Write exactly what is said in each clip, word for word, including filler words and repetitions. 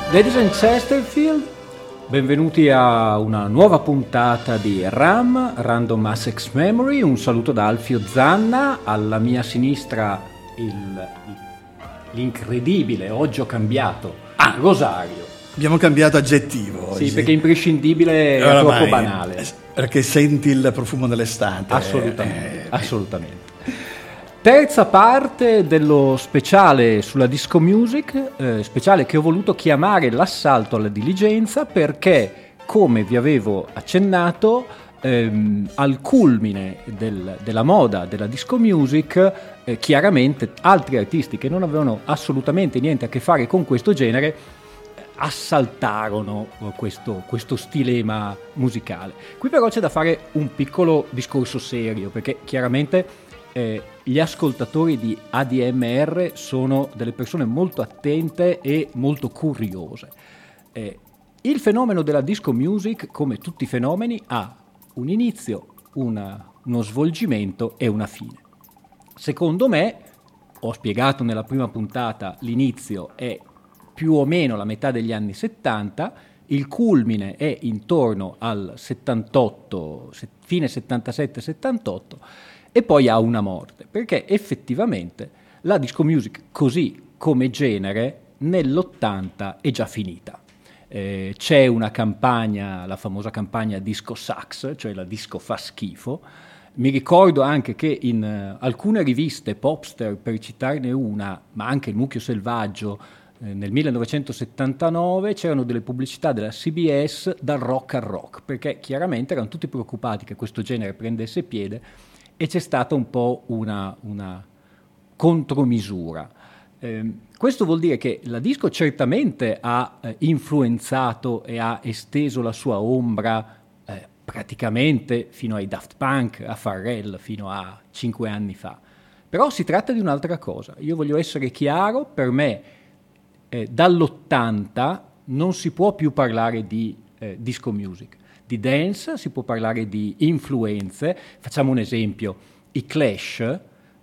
Ladies and Chesterfield, benvenuti a una nuova puntata di RAM, Random Access Memory. Un saluto da Alfio Zanna, alla mia sinistra il, l'incredibile, oggi ho cambiato, ah, Rosario. Abbiamo cambiato aggettivo oggi. Sì, perché imprescindibile è Oramai, troppo banale. Perché senti il profumo dell'estate. Assolutamente, eh, assolutamente. Terza parte dello speciale sulla disco music, eh, speciale che ho voluto chiamare l'assalto alla diligenza perché, come vi avevo accennato, ehm, al culmine del, della moda della disco music, eh, chiaramente altri artisti che non avevano assolutamente niente a che fare con questo genere assaltarono questo, questo stilema musicale. Qui però c'è da fare un piccolo discorso serio, perché chiaramente Eh, gli ascoltatori di A D M R sono delle persone molto attente e molto curiose. Eh, il fenomeno della disco music, come tutti i fenomeni, ha un inizio, una, uno svolgimento e una fine. Secondo me, ho spiegato nella prima puntata, l'inizio è più o meno la metà degli anni settanta, il culmine è intorno al settantotto, fine settantasette settantotto, e poi ha una morte, perché effettivamente la disco music così come genere nell'ottanta è già finita. Eh, c'è una campagna, la famosa campagna disco sax, cioè la disco fa schifo. Mi ricordo anche che in uh, alcune riviste, Popster per citarne una, ma anche il Mucchio Selvaggio, eh, nel millenovecentosettantanove c'erano delle pubblicità della C B S dal rock al rock, perché chiaramente erano tutti preoccupati che questo genere prendesse piede, e c'è stata un po' una, una contromisura. Eh, questo vuol dire che la disco certamente ha eh, influenzato e ha esteso la sua ombra eh, praticamente fino ai Daft Punk, a Pharrell, fino a cinque anni fa. Però si tratta di un'altra cosa. Io voglio essere chiaro, per me eh, dall'ottanta non si può più parlare di eh, disco music. Di dance si può parlare di influenze. Facciamo un esempio: i Clash,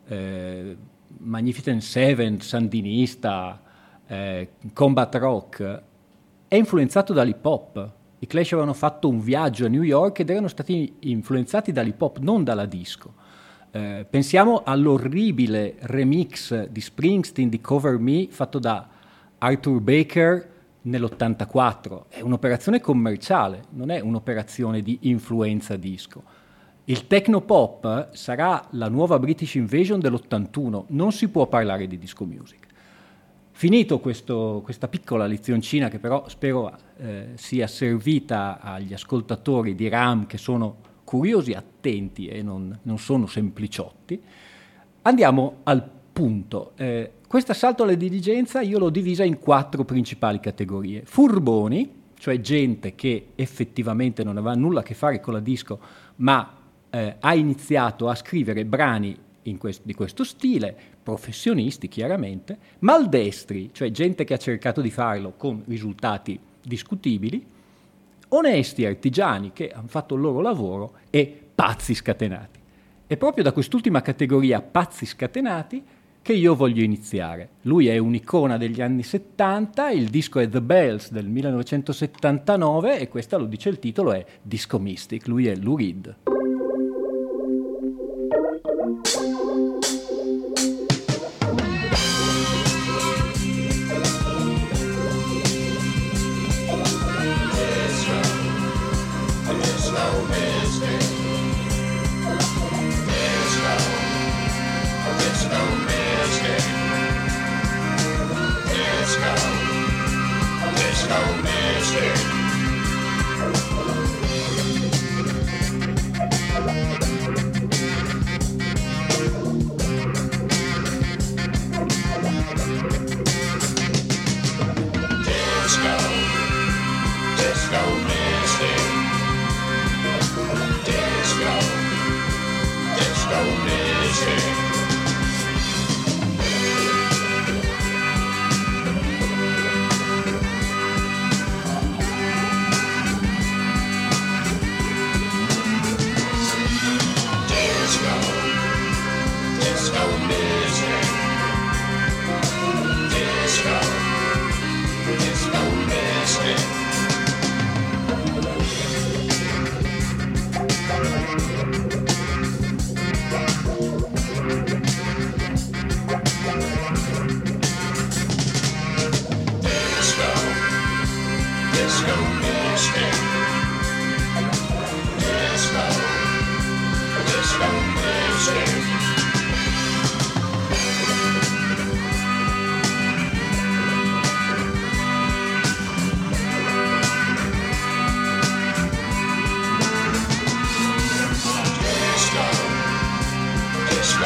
eh, Magnificent Seven, Sandinista, eh, Combat Rock, è influenzato dall'hip hop. I Clash avevano fatto un viaggio a New York ed erano stati influenzati dall'hip hop, non dalla disco. Eh, pensiamo all'orribile remix di Springsteen di Cover Me fatto da Arthur Baker nell'ottantaquattro. È un'operazione commerciale, non è un'operazione di influenza disco. Il techno pop sarà la nuova British Invasion dell'ottantuno, non si può parlare di disco music. Finito questo, questa piccola lezioncina, che però spero eh, sia servita agli ascoltatori di RAM, che sono curiosi, attenti e non, non sono sempliciotti, andiamo al punto. Eh, Questo assalto alla diligenza io l'ho divisa in quattro principali categorie. Furboni, cioè gente che effettivamente non aveva nulla a che fare con la disco, ma eh, ha iniziato a scrivere brani in quest- di questo stile, professionisti chiaramente. Maldestri, cioè gente che ha cercato di farlo con risultati discutibili. Onesti artigiani che hanno fatto il loro lavoro, e pazzi scatenati. E proprio da quest'ultima categoria, pazzi scatenati, che io voglio iniziare. Lui è un'icona degli anni settanta, il disco è The Bells del millenovecentosettantanove e questa, lo dice il titolo, è Disco Mystic. Lui è Lou Reed.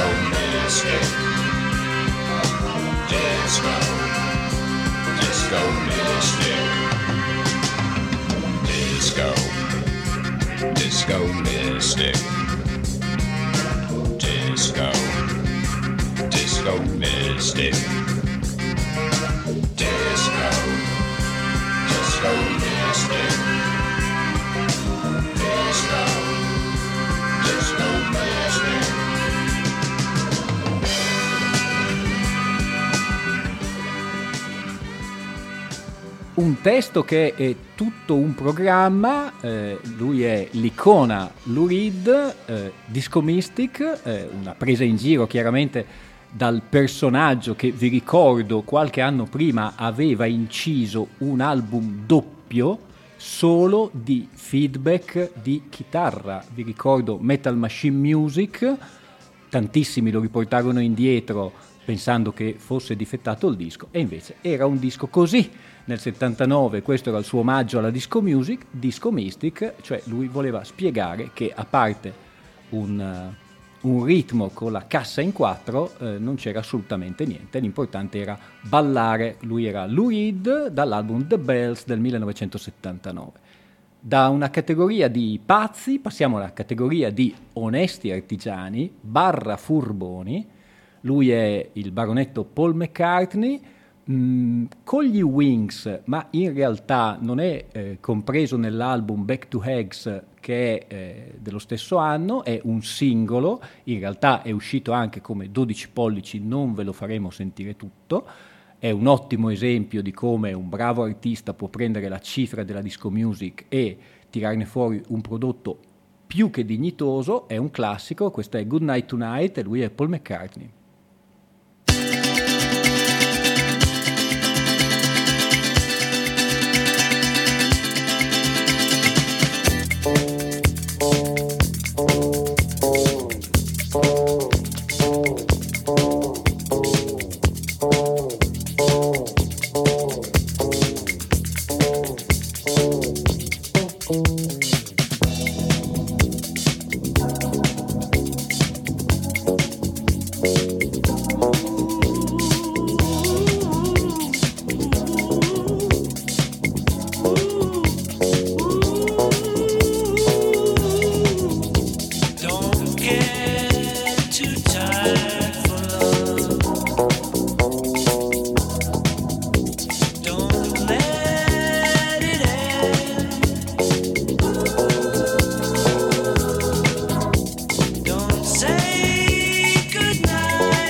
Disco Mystic. Disco. Disco Mystic. Disco. Disco Mystic. Disco. Disco Mystic. Disco. Disco Mystic. Disco. Disco Mystic. Un testo che è tutto un programma, eh, lui è l'icona Lou Reed, eh, Disco Mystic, eh, una presa in giro chiaramente dal personaggio che, vi ricordo, qualche anno prima aveva inciso un album doppio solo di feedback di chitarra. Vi ricordo Metal Machine Music, tantissimi lo riportarono indietro pensando che fosse difettato il disco, e invece era un disco così. Nel settantanove questo era il suo omaggio alla disco music, Disco Mystic, cioè lui voleva spiegare che a parte un, uh, un ritmo con la cassa in quattro eh, non c'era assolutamente niente, l'importante era ballare. Lui era Lou Reed dall'album The Bells del millenovecentosettantanove. Da una categoria di pazzi passiamo alla categoria di onesti artigiani barra furboni. Lui è il baronetto Paul McCartney, mh, con gli Wings, ma in realtà non è eh, compreso nell'album Back to Eggs, che è eh, dello stesso anno, è un singolo, in realtà è uscito anche come dodici pollici, non ve lo faremo sentire tutto. È un ottimo esempio di come un bravo artista può prendere la cifra della disco music e tirarne fuori un prodotto più che dignitoso. È un classico, questo è Good Night Tonight e lui è Paul McCartney. Say goodnight.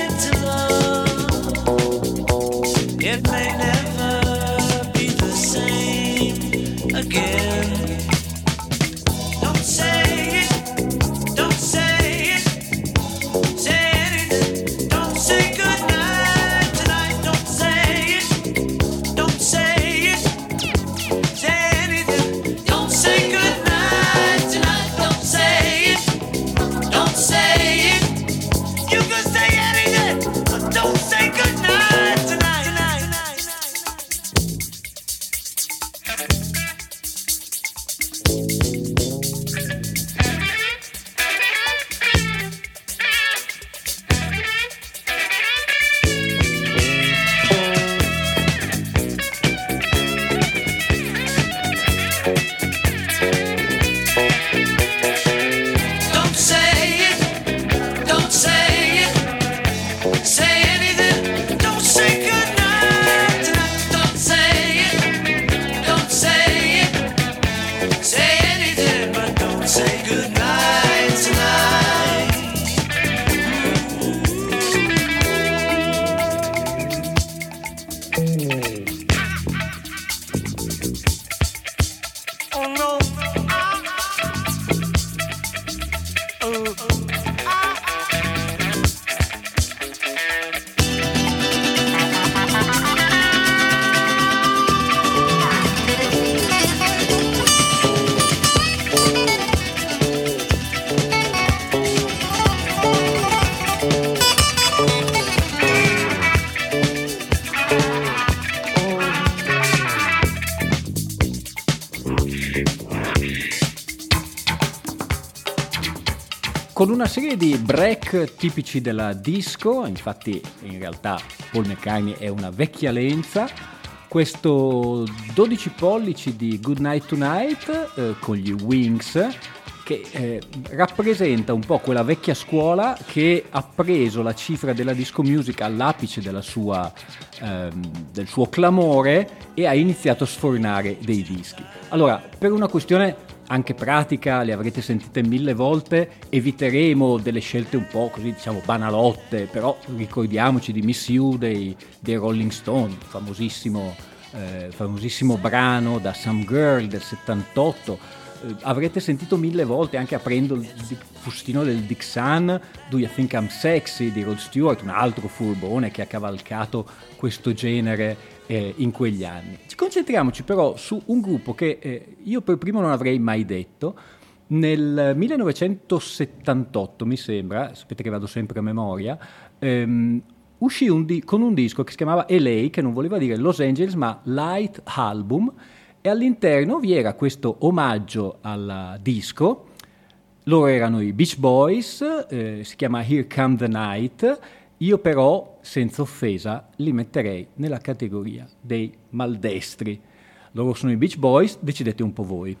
con una serie di break tipici della disco. Infatti in realtà Paul McCartney è una vecchia lenza. Questo dodici pollici di Good Night Tonight eh, con gli Wings, che eh, rappresenta un po' quella vecchia scuola che ha preso la cifra della disco music all'apice della sua, ehm, del suo clamore e ha iniziato a sfornare dei dischi. Allora, per una questione anche pratica, le avrete sentite mille volte, eviteremo delle scelte un po' così, diciamo, banalotte, però ricordiamoci di Miss You dei, dei Rolling Stone, famosissimo, eh, famosissimo brano da Some Girl del settantotto. Eh, avrete sentito mille volte, anche aprendo il fustino del Dixon, Do You Think I'm Sexy di Rod Stewart, un altro furbone che ha cavalcato questo genere eh, in quegli anni. Ci concentriamoci però su un gruppo che eh, io per primo non avrei mai detto. Nel millenovecentosettantotto, mi sembra, sapete che vado sempre a memoria, ehm, uscì un di- con un disco che si chiamava L A, che non voleva dire Los Angeles ma Light Album, e all'interno vi era questo omaggio al disco. Loro erano i Beach Boys, eh, si chiama Here Come the Night. Io però, senza offesa, li metterei nella categoria dei maldestri. Loro sono i Beach Boys, decidete un po' voi.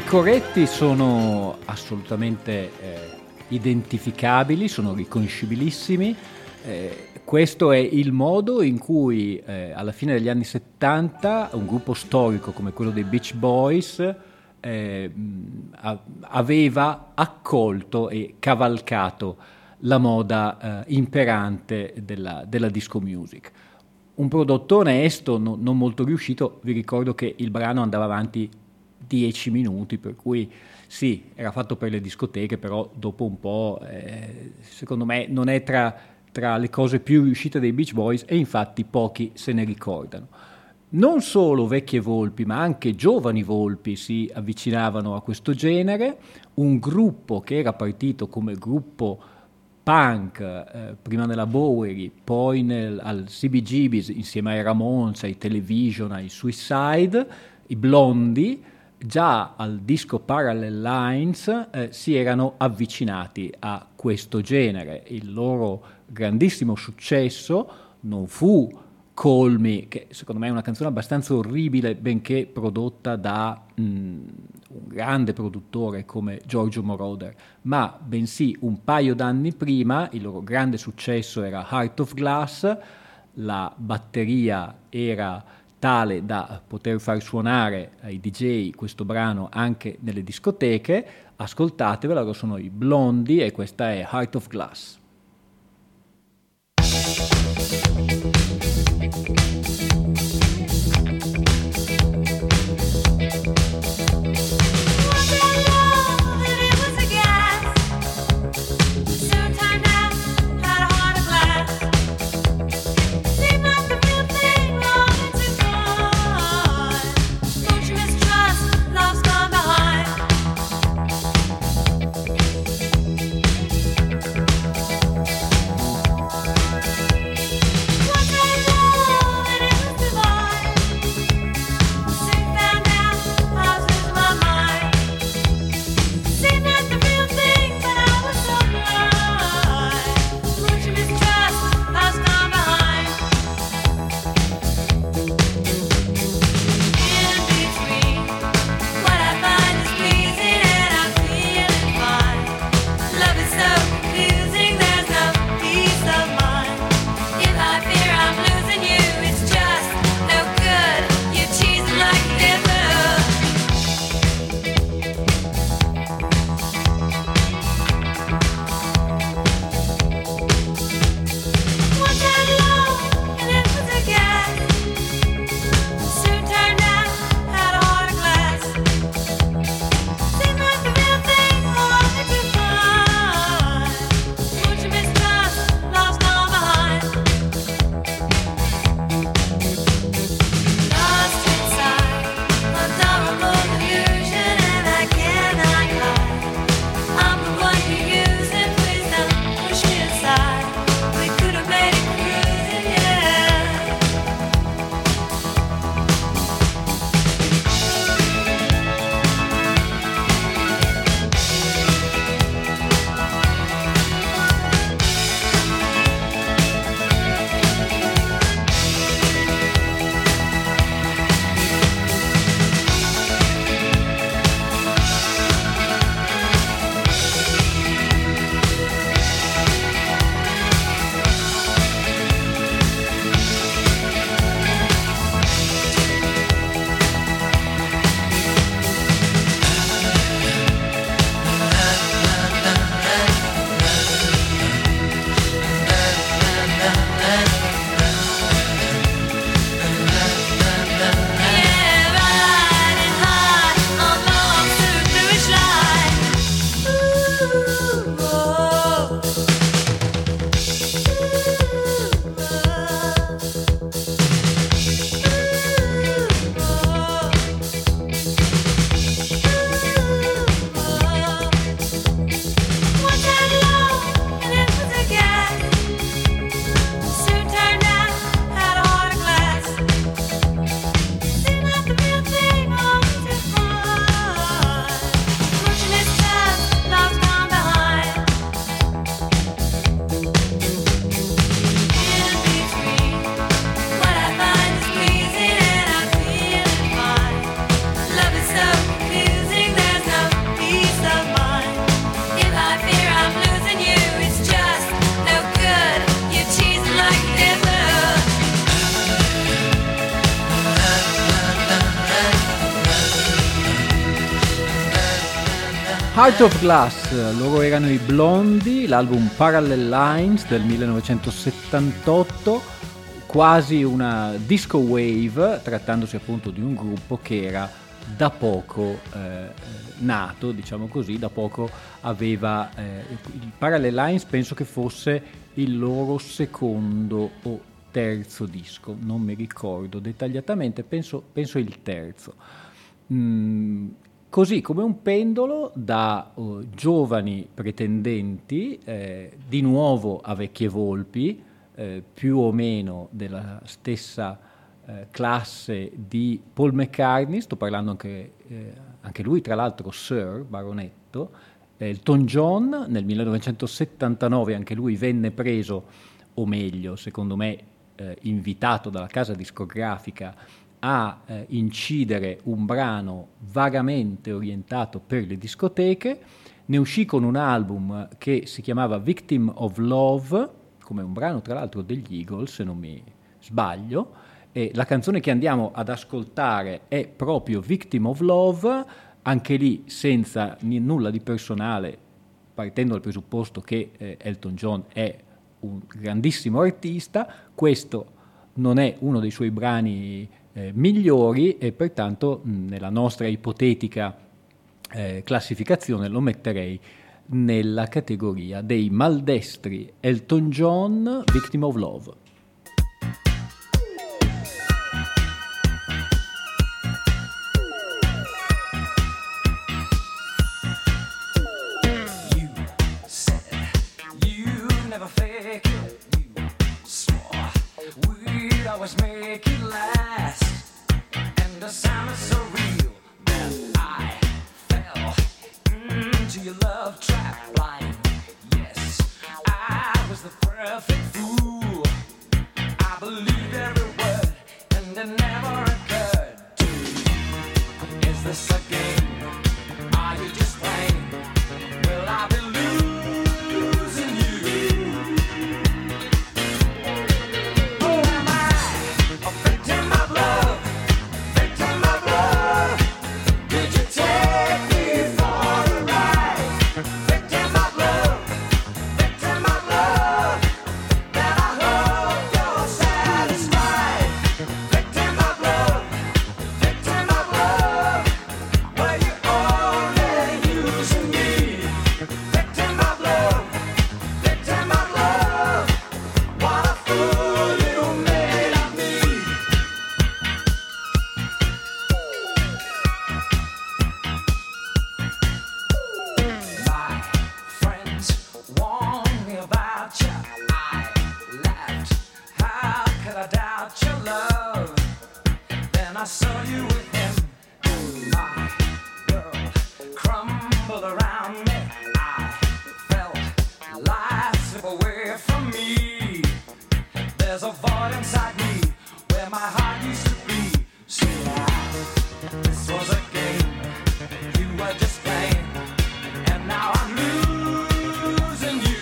coretti sono assolutamente eh, identificabili, sono riconoscibilissimi. Eh, questo è il modo in cui eh, alla fine degli anni settanta un gruppo storico come quello dei Beach Boys eh, a- aveva accolto e cavalcato la moda eh, imperante della, della disco music. Un prodotto onesto, no, non molto riuscito. Vi ricordo che il brano andava avanti dieci minuti, per cui sì, era fatto per le discoteche, però dopo un po' eh, secondo me non è tra, tra le cose più riuscite dei Beach Boys, e infatti pochi se ne ricordano. Non solo vecchie volpi, ma anche giovani volpi si avvicinavano a questo genere. Un gruppo che era partito come gruppo punk, eh, prima nella Bowery, poi nel, al C B G B's insieme ai Ramones, ai Television, ai Suicide, i Blondie, già al disco Parallel Lines eh, si erano avvicinati a questo genere. Il loro grandissimo successo non fu Call Me, che secondo me è una canzone abbastanza orribile, benché prodotta da mm, un grande produttore come Giorgio Moroder, ma bensì un paio d'anni prima il loro grande successo era Heart of Glass. La batteria era tale da poter far suonare ai D J questo brano anche nelle discoteche. Ascoltatevela, loro sono i Blondie e questa è Heart of Glass. What Heart of Glass, loro erano i Blondie, l'album Parallel Lines del millenovecentosettantotto, quasi una disco wave, trattandosi appunto di un gruppo che era da poco eh, nato, diciamo così, da poco aveva eh, il Parallel Lines, penso che fosse il loro secondo o terzo disco, non mi ricordo dettagliatamente, penso, penso il terzo. Mm, Così come un pendolo da uh, giovani pretendenti, eh, di nuovo a vecchie volpi, eh, più o meno della stessa eh, classe di Paul McCartney, sto parlando anche, eh, anche lui tra l'altro Sir, baronetto, Elton John nel millenovecentosettantanove anche lui venne preso, o meglio secondo me eh, invitato dalla casa discografica a eh, incidere un brano vagamente orientato per le discoteche. Ne uscì con un album che si chiamava Victim of Love, come un brano tra l'altro degli Eagles, se non mi sbaglio, e la canzone che andiamo ad ascoltare è proprio Victim of Love, anche lì senza n- nulla di personale, partendo dal presupposto che eh, Elton John è un grandissimo artista. Questo non è uno dei suoi brani Eh, migliori e pertanto mh, nella nostra ipotetica eh, classificazione lo metterei nella categoria dei maldestri Elton John, Victim of Love. You said you'd never fake it. You swore we'd always make it last. And the sound is so real that I fell into your love trap blind. Yes, I was the perfect fool. I believed every word and it never occurred to me. Is this a game? Are you just playing? Will I be losing you? Oh, am I a victim of love? Victim of love? Did you take me for a ride? Victim of love? Victim of love? Then I hope you're satisfied. Victim of love? Victim of love? Were you only using me? Victim of love? Victim of love? What a fool you made of me. My friends warned me about you. I laughed. How could I doubt your love? Then I saw you with him. My world crumbled around me. I felt life slip away from me. There's a void inside me where my heart used to be. See, I, this was a game you were just playing, and now I'm losing you.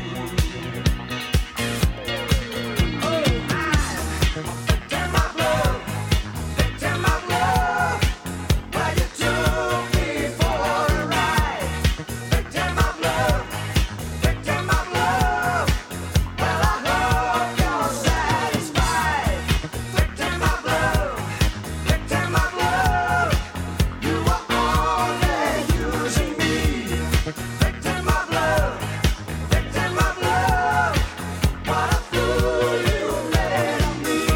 Oh, I'm a victim of love, victim of love. Where you took me for a ride. Victim of love, victim of love. Well, I hope you're satisfied. Victim of love, victim of love. You were only using me. Victim of love, victim of love. What a fool you made of me.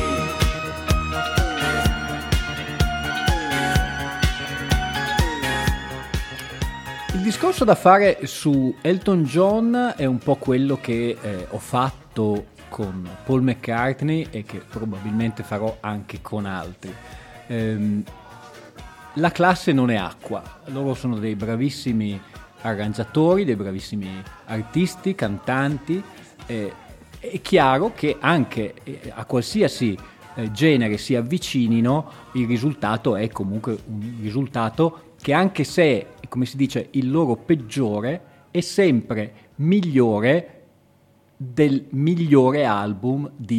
Il discorso da fare su Elton John è un po' quello che eh, ho fatto con Paul McCartney e che probabilmente farò anche con altri. Ehm, la classe non è acqua, loro sono dei bravissimi arrangiatori, dei bravissimi artisti, cantanti. Eh, è chiaro che anche eh, a qualsiasi eh, genere si avvicinino, il risultato è comunque un risultato che, anche se, come si dice, il loro peggiore, è sempre migliore del migliore album di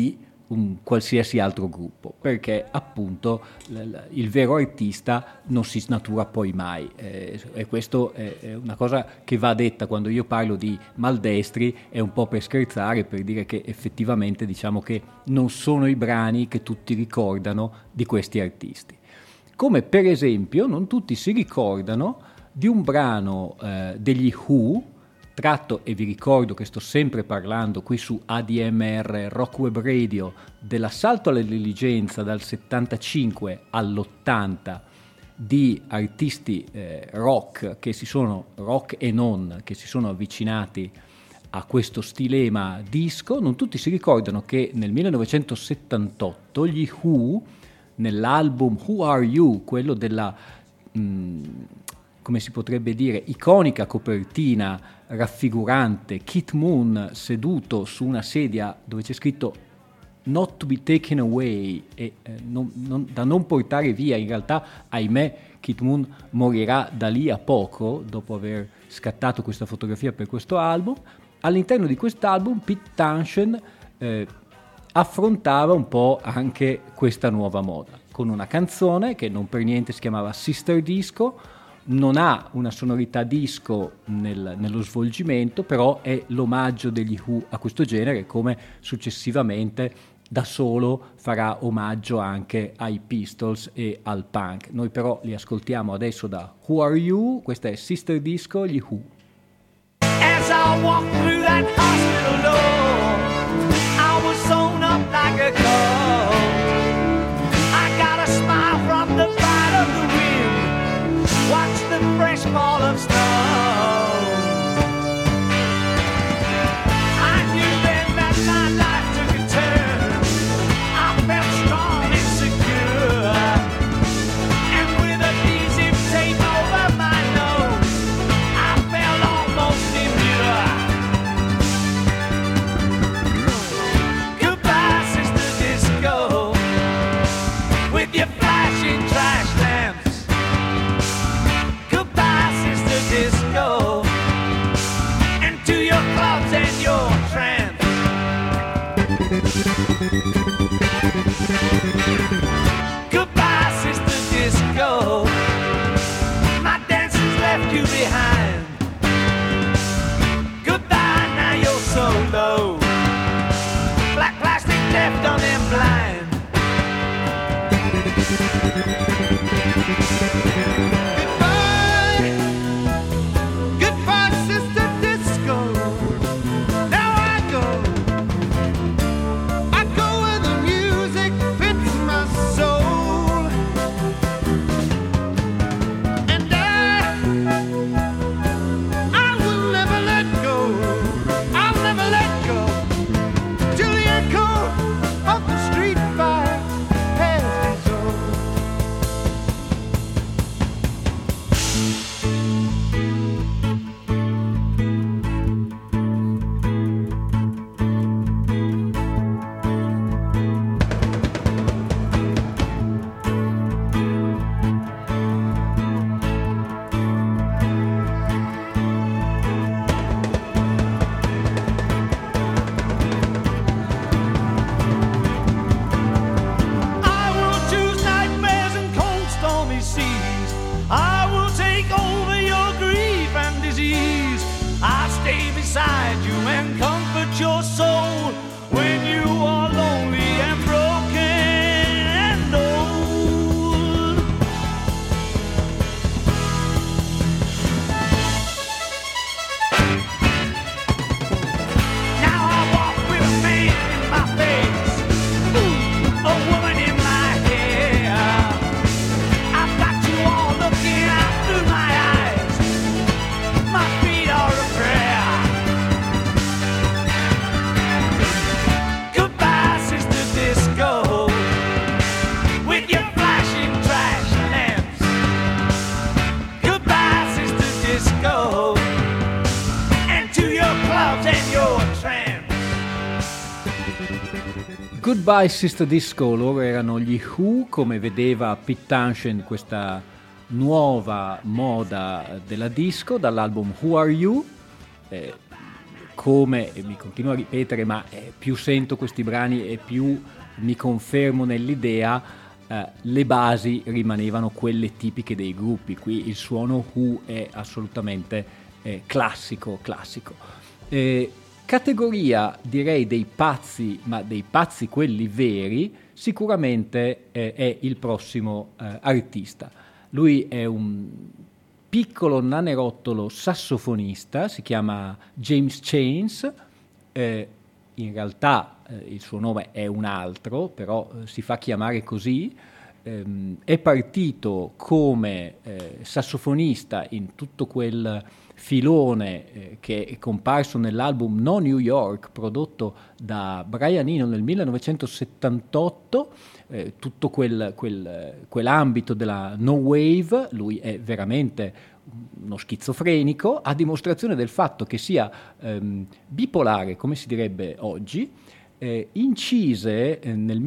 un qualsiasi altro gruppo, perché appunto l- l- il vero artista non si snatura poi mai, eh, e questo è, è una cosa che va detta quando io parlo di maldestri, è un po' per scherzare, per dire che effettivamente diciamo che non sono i brani che tutti ricordano di questi artisti. Come per esempio non tutti si ricordano di un brano eh, degli Who, tratto, e vi ricordo che sto sempre parlando qui su A D M R Rock Web Radio, dell'assalto alla diligenza dal settantacinque all'ottanta di artisti eh, rock che si sono, rock e non, che si sono avvicinati a questo stilema disco. Non tutti si ricordano che nel millenovecentosettantotto gli Who, nell'album Who Are You, quello della mh, come si potrebbe dire, iconica copertina raffigurante Keith Moon seduto su una sedia dove c'è scritto Not to be taken away, e eh, non, non, da non portare via. In realtà, ahimè, Keith Moon morirà da lì a poco, dopo aver scattato questa fotografia per questo album. All'interno di quest'album Pete Townshend eh, affrontava un po' anche questa nuova moda, con una canzone che non per niente si chiamava Sister Disco. Non ha una sonorità disco nel, nello svolgimento, però è l'omaggio degli Who a questo genere, come successivamente da solo farà omaggio anche ai Pistols e al punk. Noi però li ascoltiamo adesso da Who Are You, questa è Sister Disco, gli Who. As I walked through that hospital door, I was sewn up like a cold. I got a smile from the bite of the wind, watch the fresh fall of snow. I knew then that my life took a turn. I felt strong and secure, and with adhesive tape over my nose, I felt almost immune. Goodbye, Sister Disco, with your flashing trash lamps. Goodbye, Sister Disco, and to your clubs and your tramps. Goodbye, Sister Disco, my dancers left you behind. Goodbye, now you're so low, black plastic, deaf, dumb and blind. Goodbye, goodbye, Sister Disco. Now I go, I go where the music fits my soul, and I, I will never let go. I'll never let go till the echo of the street fire has its own. I will choose nightmares and cold stormy seas. I will take over your grief and disease. I'll stay beside you and comfort your soul when you are lonely and broken and old. Now I walk with a man in my face, ooh, a woman in my hair. I've got you all looking out through my eyes. My feet are a prayer. Goodbye, Sister Disco, with your flashing trash lamps. Goodbye, Sister Disco, and to your clubs and your tramps. Goodbye Sister Disco, loro erano gli Who, come vedeva Pete Townshend questa nuova moda della disco dall'album Who Are You. Eh, come, e mi continuo a ripetere, ma eh, più sento questi brani e più mi confermo nell'idea, eh, le basi rimanevano quelle tipiche dei gruppi. Qui il suono Who è assolutamente eh, classico, classico. Eh, categoria, direi, dei pazzi, ma dei pazzi quelli veri, sicuramente eh, è il prossimo eh, artista. Lui è un piccolo nanerottolo sassofonista, si chiama James Chains, eh, in realtà eh, il suo nome è un altro, però eh, si fa chiamare così. Ehm, è partito come eh, sassofonista in tutto quel filone eh, che è comparso nell'album No New York, prodotto da Brian Eno nel millenovecentosettantotto, eh, tutto quel, quel, quell'ambito della no wave. Lui è veramente uno schizofrenico, a dimostrazione del fatto che sia ehm, bipolare, come si direbbe oggi. Eh, incise eh, nel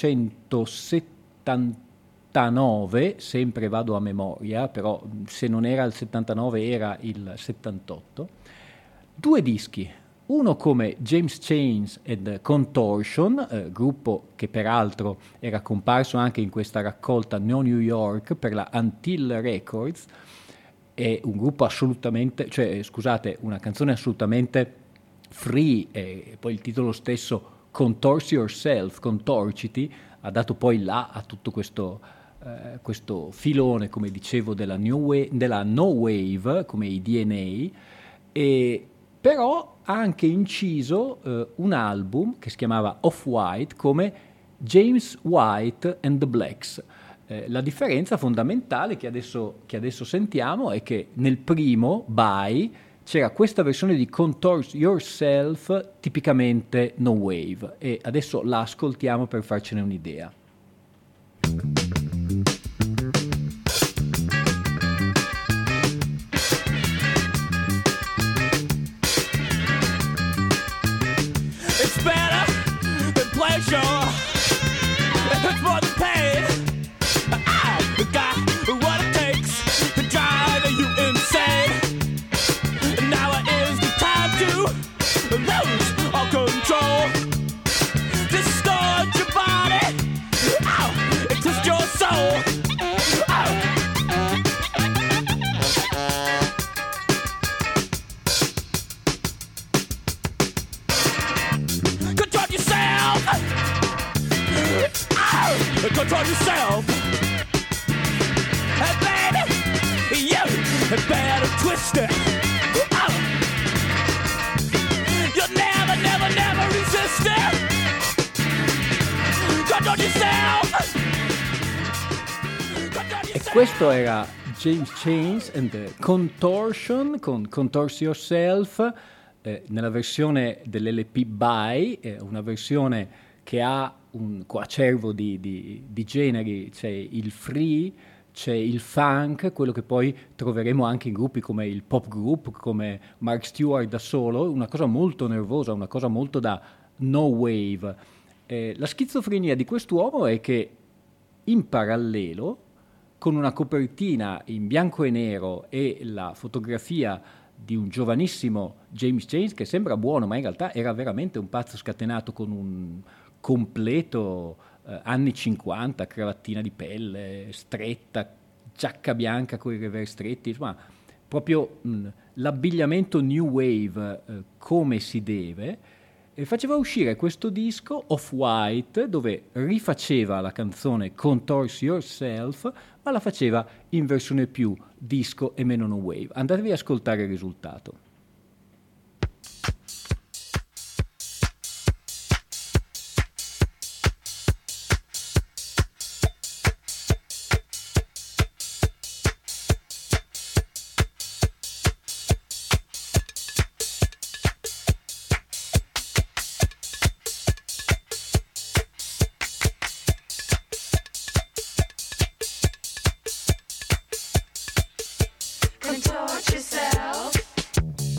millenovecentosettantanove, sempre vado a memoria, però se non era il settantanove era il settantotto, due dischi, uno come James Chains and Contortion, eh, gruppo che peraltro era comparso anche in questa raccolta No New York per la Until Records. È un gruppo assolutamente, cioè scusate, una canzone assolutamente free, e poi il titolo stesso, Contorce Yourself, contorciti, ha dato poi là a tutto questo, eh, questo filone, come dicevo, della, new wave, della no wave, come i D N A, e però ha anche inciso eh, un album che si chiamava Off-White come James White and the Blacks. Eh, la differenza fondamentale che adesso, che adesso sentiamo è che nel primo, Bye, c'era questa versione di Contorce Yourself tipicamente no wave, e adesso la ascoltiamo per farcene un'idea. It's better than pleasure. It's more than pain. I've got what it takes to drive you insane. Now is the time to lose all control. Distort your body, ow, and twist your soul. Ow. Control yourself. Ow. Control yourself. Hey baby, you better twist it. Oh. You'll never, never, never resist it. Control yourself. Control yourself. E questo era James Chains and the Contortion con Contorce Yourself, eh, nella versione dell'L P Bye, eh, una versione che ha un coacervo di, di, di generi. C'è il free, c'è il funk, quello che poi troveremo anche in gruppi come il pop group, come Mark Stewart da solo, una cosa molto nervosa, una cosa molto da no wave. Eh, la schizofrenia di quest'uomo è che in parallelo, con una copertina in bianco e nero e la fotografia di un giovanissimo James Chains che sembra buono, ma in realtà era veramente un pazzo scatenato con un completo eh, anni cinquanta, cravattina di pelle stretta, giacca bianca con i revers stretti, insomma proprio mh, l'abbigliamento new wave eh, come si deve, e faceva uscire questo disco Off-White dove rifaceva la canzone Contorce Yourself, ma la faceva in versione più disco e meno no wave. Andatevi ad ascoltare il risultato. Contort yourself.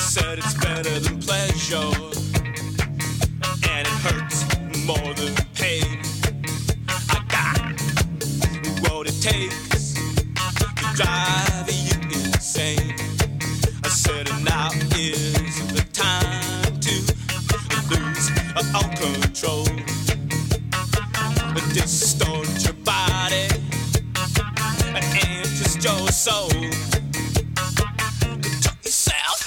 said it's better than pleasure, and it hurts more than pain. I got what it takes to drive you insane. I said now is the time to lose all control, distort your body and twist your soul. Contort yourself.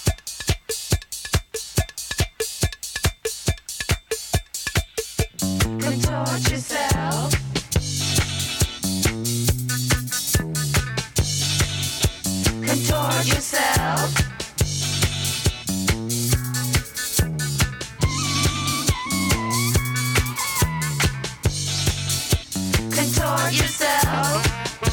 Contort yourself. Contort yourself. Contort yourself.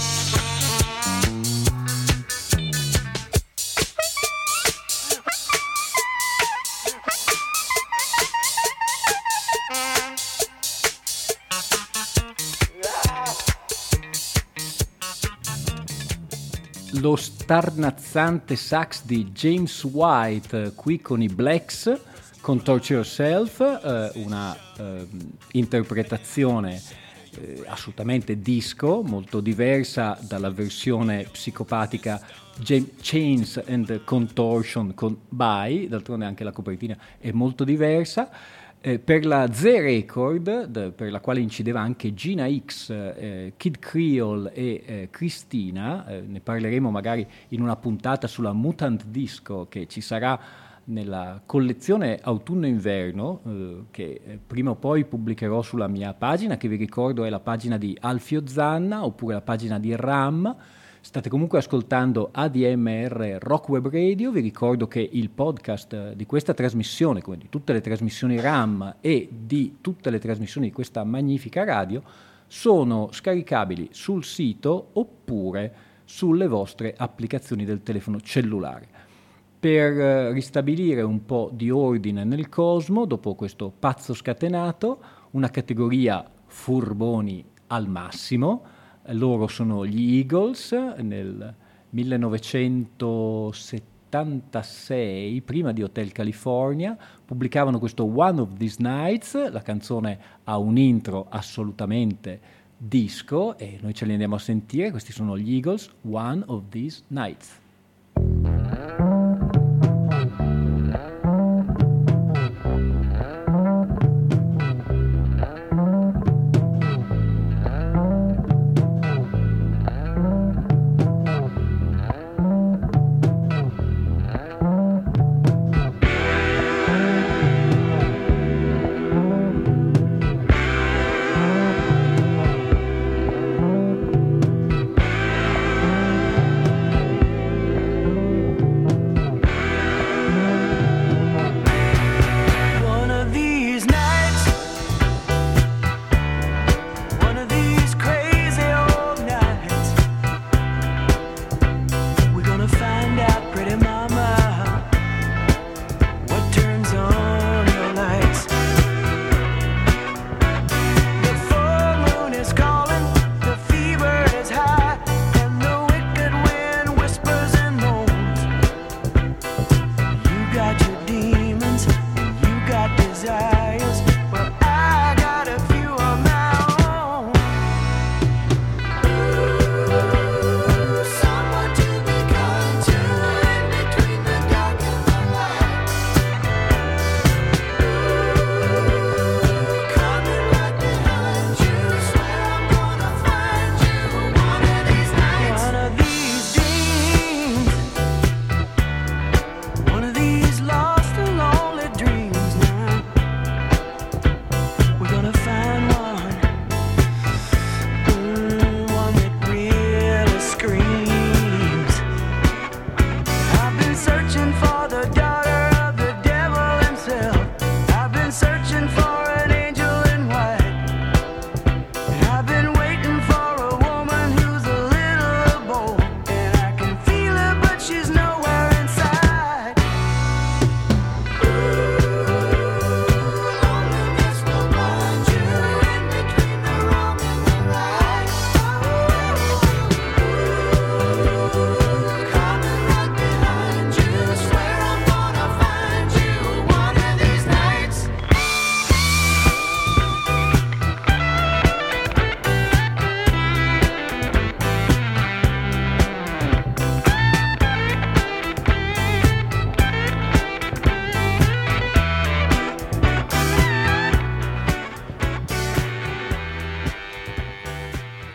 Lo starnazzante sax di James White qui con i Blacks, Contort Yourself, eh, una eh, interpretazione eh, assolutamente disco, molto diversa dalla versione psicopatica J- Chains and Contortion con Bye, d'altronde anche la copertina è molto diversa. Eh, per la Z Record, d- per la quale incideva anche Gina X, eh, Kid Creole e eh, Cristina, eh, ne parleremo magari in una puntata sulla Mutant Disco che ci sarà nella collezione autunno-inverno, eh, che eh, prima o poi pubblicherò sulla mia pagina, che vi ricordo è la pagina di Alfio Zanna, oppure la pagina di RAM. State comunque ascoltando A D M R Rock Web Radio. Vi ricordo che il podcast di questa trasmissione, come di tutte le trasmissioni RAM e di tutte le trasmissioni di questa magnifica radio, sono scaricabili sul sito oppure sulle vostre applicazioni del telefono cellulare. Per eh, ristabilire un po' di ordine nel cosmo, dopo questo pazzo scatenato, una categoria furboni al massimo. Loro sono gli Eagles. Nel millenovecentosettantasei, prima di Hotel California, pubblicavano questo One of These Nights. La canzone ha un intro assolutamente disco e noi ce li andiamo a sentire. Questi sono gli Eagles, One of These Nights. Contort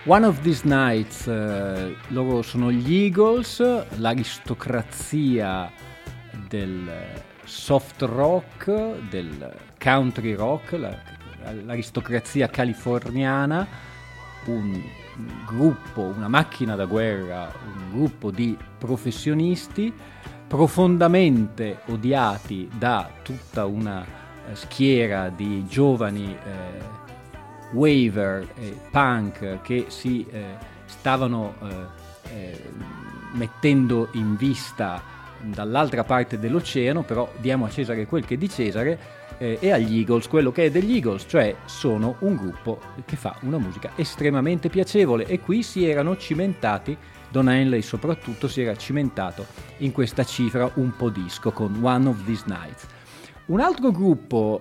One of These Nights, eh, loro sono gli Eagles, l'aristocrazia del soft rock, del country rock, la, l'aristocrazia californiana, un gruppo, una macchina da guerra, un gruppo di professionisti profondamente odiati da tutta una eh, schiera di giovani eh, waver e punk che si eh, stavano eh, eh, mettendo in vista dall'altra parte dell'oceano, però diamo a Cesare quel che è di Cesare, eh, e agli Eagles quello che è degli Eagles, cioè sono un gruppo che fa una musica estremamente piacevole, e qui si erano cimentati, Don Henley soprattutto si era cimentato in questa cifra un po' disco con One of These Nights. Un altro gruppo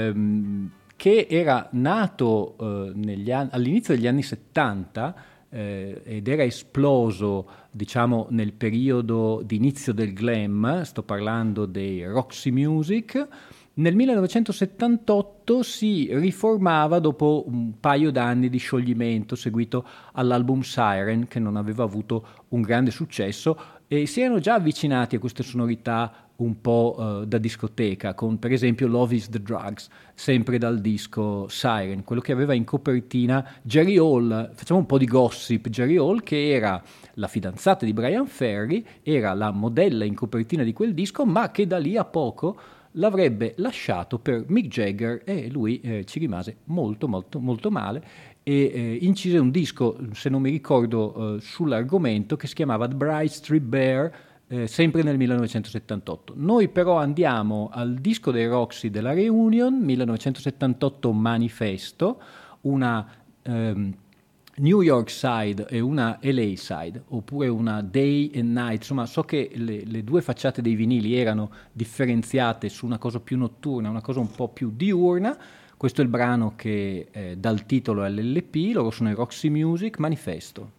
ehm, che era nato eh, negli anni, all'inizio degli anni settanta eh, ed era esploso, diciamo, nel periodo di inizio del glam, sto parlando dei Roxy Music, nel millenovecentosettantotto si riformava dopo un paio d'anni di scioglimento seguito all'album Siren, che non aveva avuto un grande successo, e si erano già avvicinati a queste sonorità un po' uh, da discoteca, con per esempio Love is the Drugs, sempre dal disco Siren, quello che aveva in copertina Jerry Hall. Facciamo un po' di gossip. Jerry Hall, che era la fidanzata di Brian Ferry, era la modella in copertina di quel disco, ma che da lì a poco l'avrebbe lasciato per Mick Jagger, e lui eh, ci rimase molto molto molto male, e eh, incise un disco, se non mi ricordo, eh, sull'argomento, che si chiamava The Bright Street Bear, eh, sempre nel millenovecentosettantotto. Noi però andiamo al disco dei Roxy della Reunion, millenovecentosettantotto Manifesto, una ehm, New York Side e una L A Side, oppure una Day and Night. Insomma, so che le, le due facciate dei vinili erano differenziate su una cosa più notturna, una cosa un po' più diurna. Questo è il brano che eh, dà il titolo all'L P, loro sono i Roxy Music, Manifesto.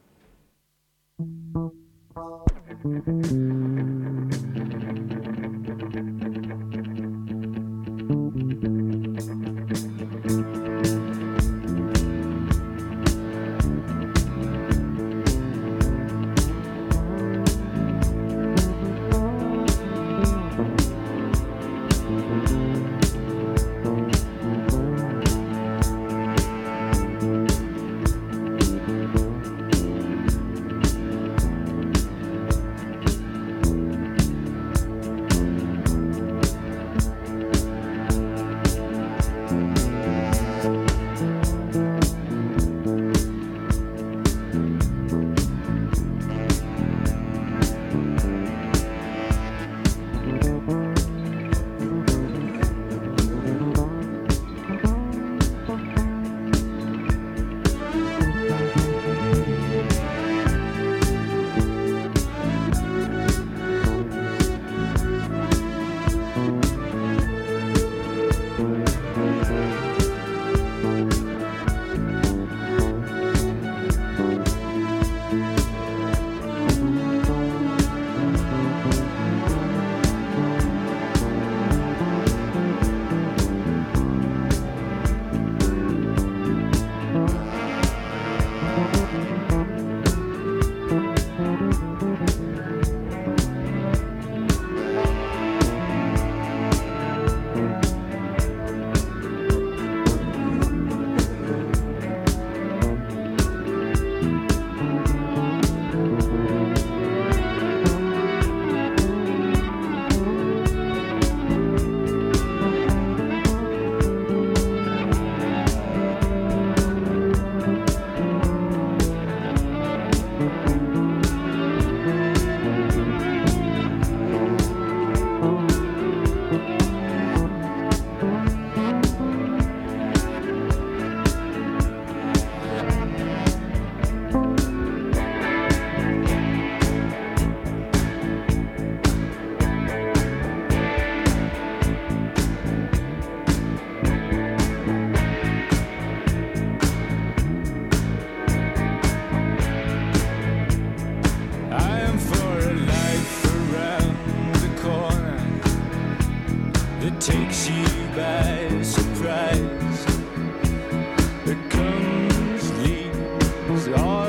It comes, leaves, all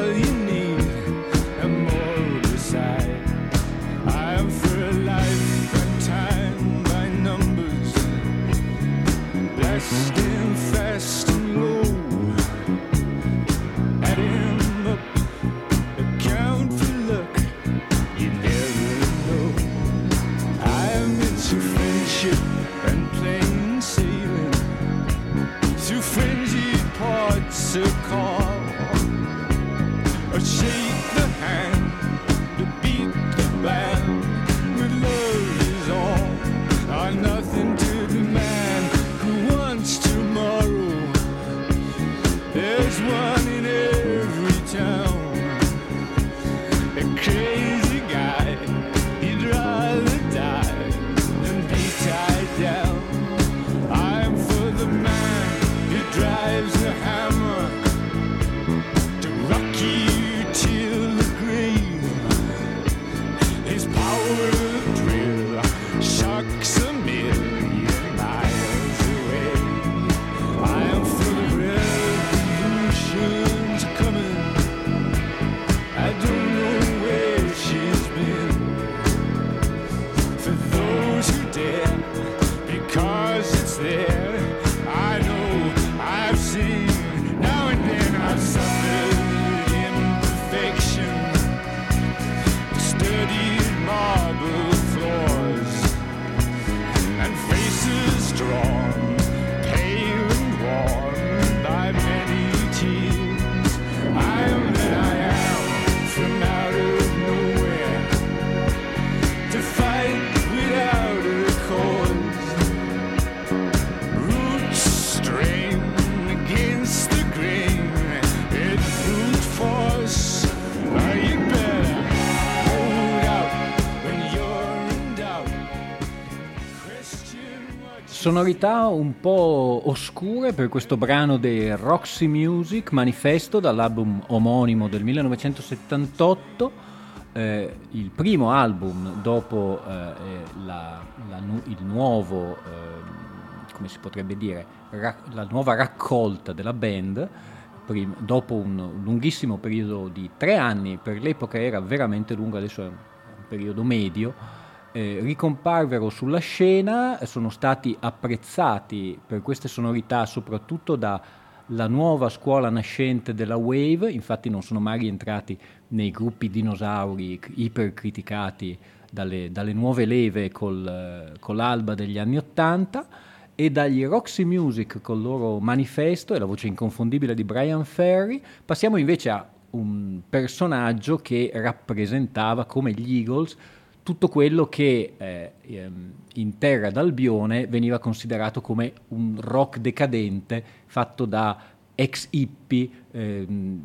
Sonorità un po' oscure per questo brano dei Roxy Music, Manifesto, dall'album omonimo del millenovecentosettantotto, eh, il primo album dopo eh, la, la, il nuovo, eh, come si potrebbe dire, ra- la nuova raccolta della band, prima, dopo un lunghissimo periodo di tre anni, per l'epoca era veramente lungo, adesso è un, un periodo medio. Eh, ricomparvero sulla scena, sono stati apprezzati per queste sonorità soprattutto dalla nuova scuola nascente della Wave, infatti non sono mai rientrati nei gruppi dinosauri ipercriticati dalle, dalle nuove leve col, con l'alba degli anni Ottanta, e dagli Roxy Music col loro Manifesto e la voce inconfondibile di Brian Ferry passiamo invece a un personaggio che rappresentava, come gli Eagles, tutto quello che eh, in terra d'Albione veniva considerato come un rock decadente fatto da ex hippie, eh,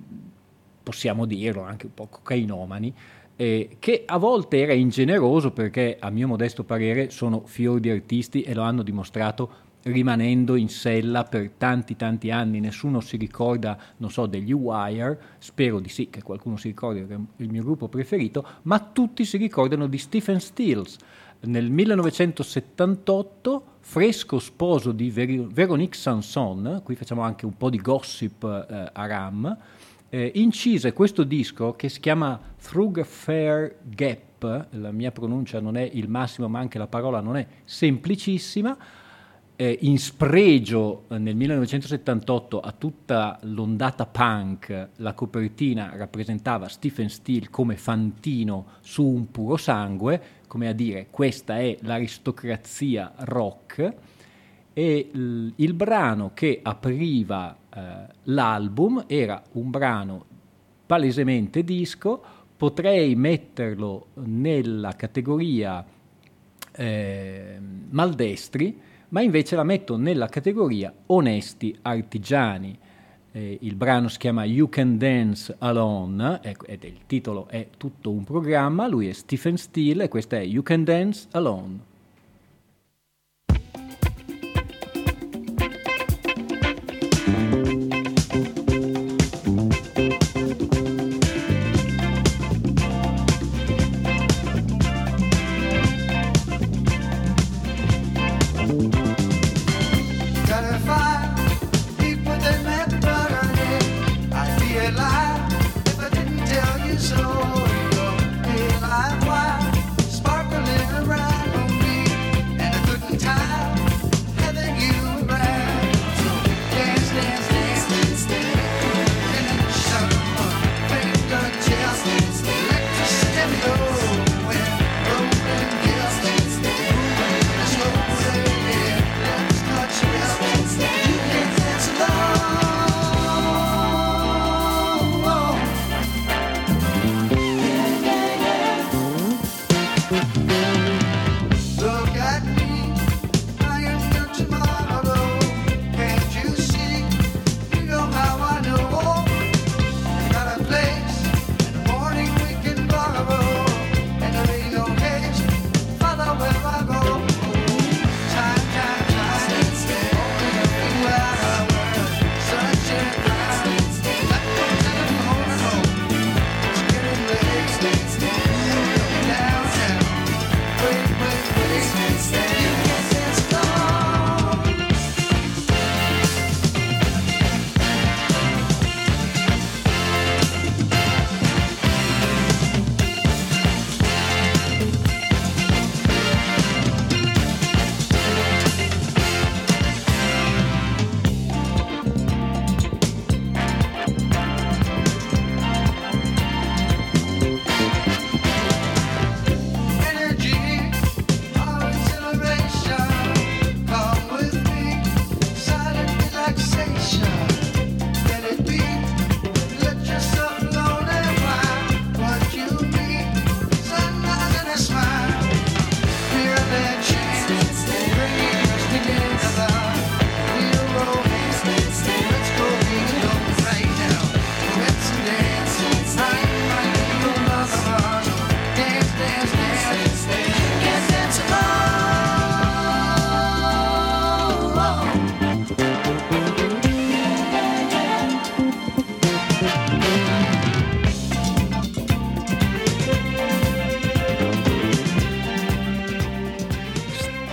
possiamo dirlo, anche un po' cocainomani, eh, che a volte era ingeneroso perché, a mio modesto parere, sono fior di artisti e lo hanno dimostrato rimanendo in sella per tanti tanti anni. Nessuno si ricorda, non so, degli Wire, spero di sì che qualcuno si ricordi, che è il mio gruppo preferito, ma tutti si ricordano di Stephen Stills. Nel millenovecentosettantotto, fresco sposo di Ver- Veronique Sanson, qui facciamo anche un po' di gossip eh, a Ram, eh, incise questo disco che si chiama Through a Fair Gap, la mia pronuncia non è il massimo ma anche la parola non è semplicissima, Eh, in spregio eh, nel millenovecentosettantotto a tutta l'ondata punk. La copertina rappresentava Stephen Stills come Fantino su un puro sangue, come a dire questa è l'aristocrazia rock, e l- il brano che apriva eh, l'album era un brano palesemente disco, potrei metterlo nella categoria eh, maldestri, ma invece la metto nella categoria onesti artigiani. Eh, il brano si chiama You Can Dance Alone, ed il titolo è tutto un programma. Lui è Stephen Stills e questa è You Can Dance Alone. Energy, always celebrate.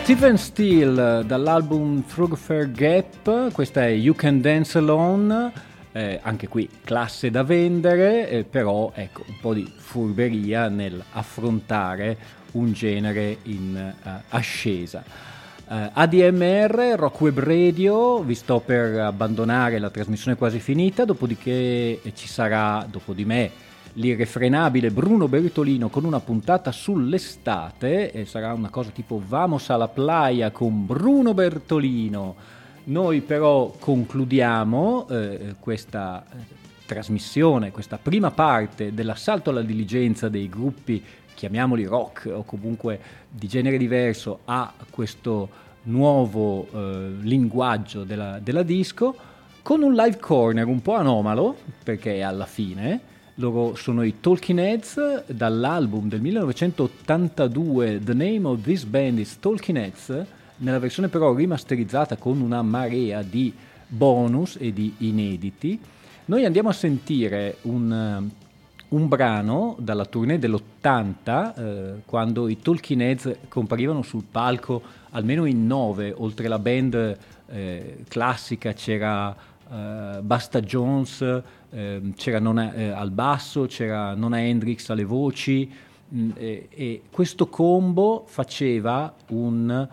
Stephen Steele dall'album Thoroughfare Gap, questa è You Can Dance Alone, eh, anche qui classe da vendere, eh, però ecco un po' di furberia nel affrontare un genere in uh, ascesa. Uh, A D M R, Rock Web Radio, vi sto per abbandonare, la trasmissione è quasi finita, dopodiché ci sarà dopo di me l'irrefrenabile Bruno Bertolino con una puntata sull'estate e sarà una cosa tipo Vamos alla playa con Bruno Bertolino. Noi però concludiamo eh, questa eh, trasmissione, questa prima parte dell'assalto alla diligenza dei gruppi, chiamiamoli rock o comunque di genere diverso, a questo nuovo eh, linguaggio della, della disco, con un live corner un po' anomalo, perché alla fine loro sono i Talking Heads dall'album del millenovecentottantadue The Name of This Band is Talking Heads, nella versione però rimasterizzata con una marea di bonus e di inediti. Noi andiamo a sentire un, un brano dalla tournée dell'ottanta, eh, quando i Talking Heads comparivano sul palco almeno in nove, oltre la band eh, classica c'era uh, Basta Jones, eh, c'era Nona, eh, al basso, c'era Nona Hendrix alle voci, mh, e, e questo combo faceva un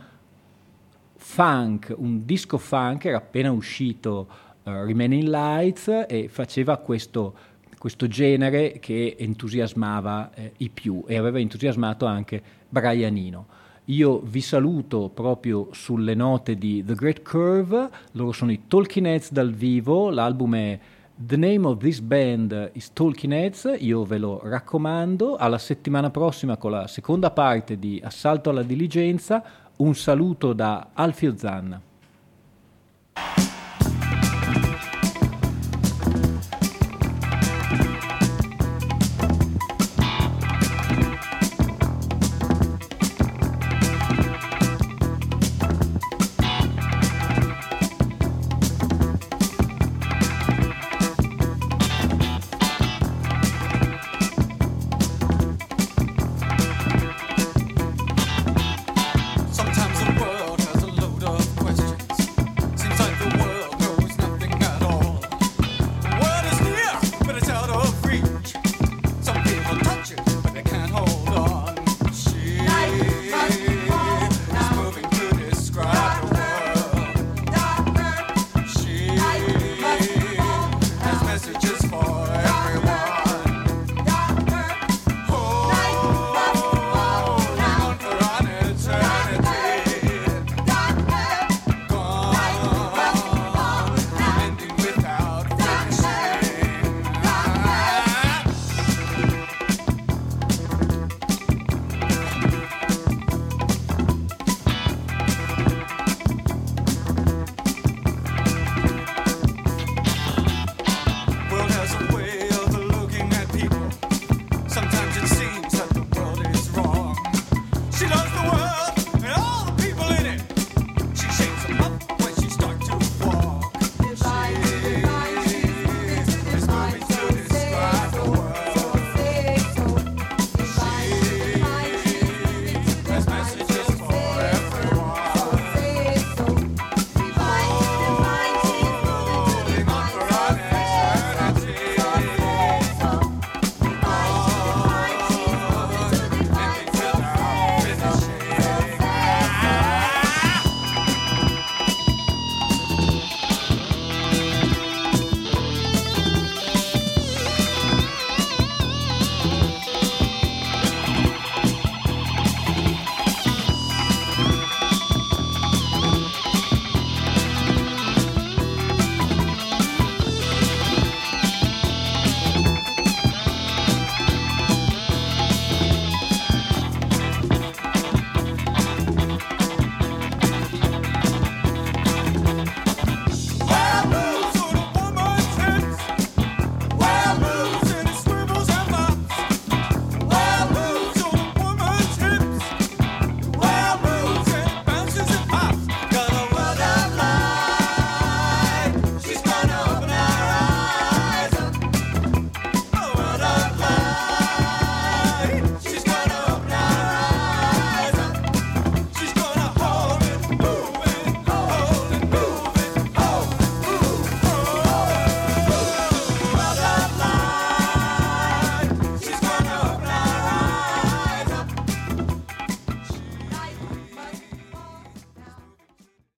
funk, un disco funk, era appena uscito uh, Remaining Lights e faceva questo, questo genere che entusiasmava eh, i più e aveva entusiasmato anche Brian Eno. Io vi saluto proprio sulle note di The Great Curve, loro sono i Talking Heads dal vivo, l'album è The Name of This Band is Talking Heads, io ve lo raccomando, alla settimana prossima con la seconda parte di Assalto alla diligenza. Un saluto da Alfio Zanna.